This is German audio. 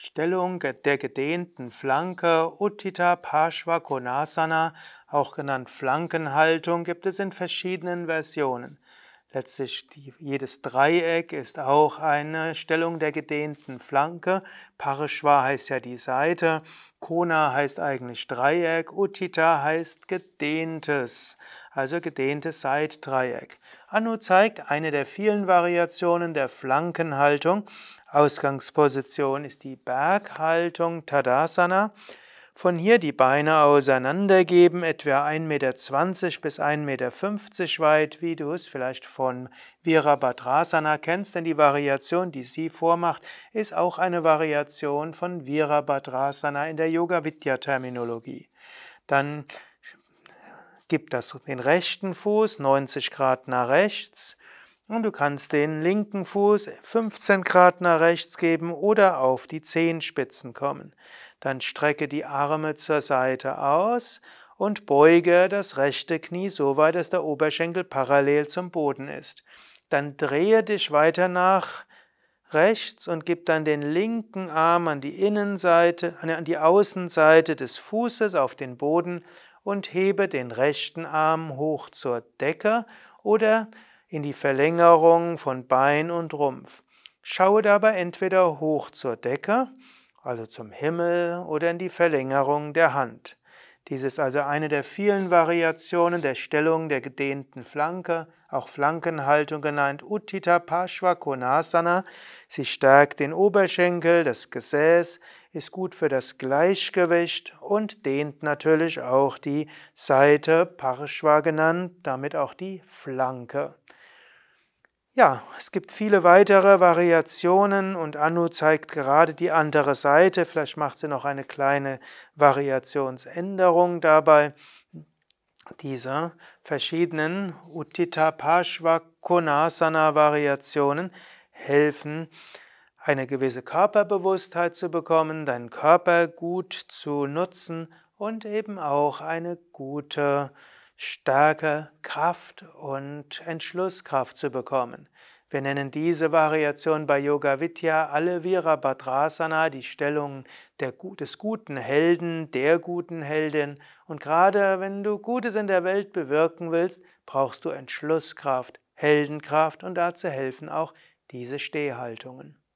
Stellung der gedehnten Flanke, Utthita Parshva Konasana, auch genannt Flankenhaltung, gibt es in verschiedenen Versionen. Letztlich jedes Dreieck ist auch eine Stellung der gedehnten Flanke. Parshva heißt ja die Seite, Kona heißt eigentlich Dreieck, Utthita heißt gedehntes, also gedehntes Seitdreieck. Anu zeigt eine der vielen Variationen der Flankenhaltung. Ausgangsposition ist die Berghaltung Tadasana. Von hier die Beine auseinandergeben, etwa 1,20 m bis 1,50 m weit, wie du es vielleicht von Virabhadrasana kennst, denn die Variation, die sie vormacht, ist auch eine Variation von Virabhadrasana in der Yoga-Vidya-Terminologie. Dann gib den rechten Fuß 90 Grad nach rechts und du kannst den linken Fuß 15 Grad nach rechts geben oder auf die Zehenspitzen kommen. Dann strecke die Arme zur Seite aus und beuge das rechte Knie so weit, dass der Oberschenkel parallel zum Boden ist. Dann drehe dich weiter nach rechts und gib dann den linken Arm an die Innenseite, an die Außenseite des Fußes auf den Boden und hebe den rechten Arm hoch zur Decke oder in die Verlängerung von Bein und Rumpf. Schaue dabei entweder hoch zur Decke, also zum Himmel, oder in die Verlängerung der Hand. Dies ist also eine der vielen Variationen der Stellung der gedehnten Flanke, auch Flankenhaltung genannt, Utthita Parshva Konasana. Sie stärkt den Oberschenkel, das Gesäß, ist gut für das Gleichgewicht und dehnt natürlich auch die Seite, Parshva genannt, damit auch die Flanke. Ja, es gibt viele weitere Variationen und Anu zeigt gerade die andere Seite. Vielleicht macht sie noch eine kleine Variationsänderung dabei. Diese verschiedenen Utthita Parshva Konasana Variationen helfen, eine gewisse Körperbewusstheit zu bekommen, deinen Körper gut zu nutzen und eben auch eine gute Stärke, Kraft und Entschlusskraft zu bekommen. Wir nennen diese Variation bei Yoga Vidya alle Virabhadrasana, die Stellung des guten Helden, der guten Heldin. Und gerade wenn du Gutes in der Welt bewirken willst, brauchst du Entschlusskraft, Heldenkraft und dazu helfen auch diese Stehhaltungen.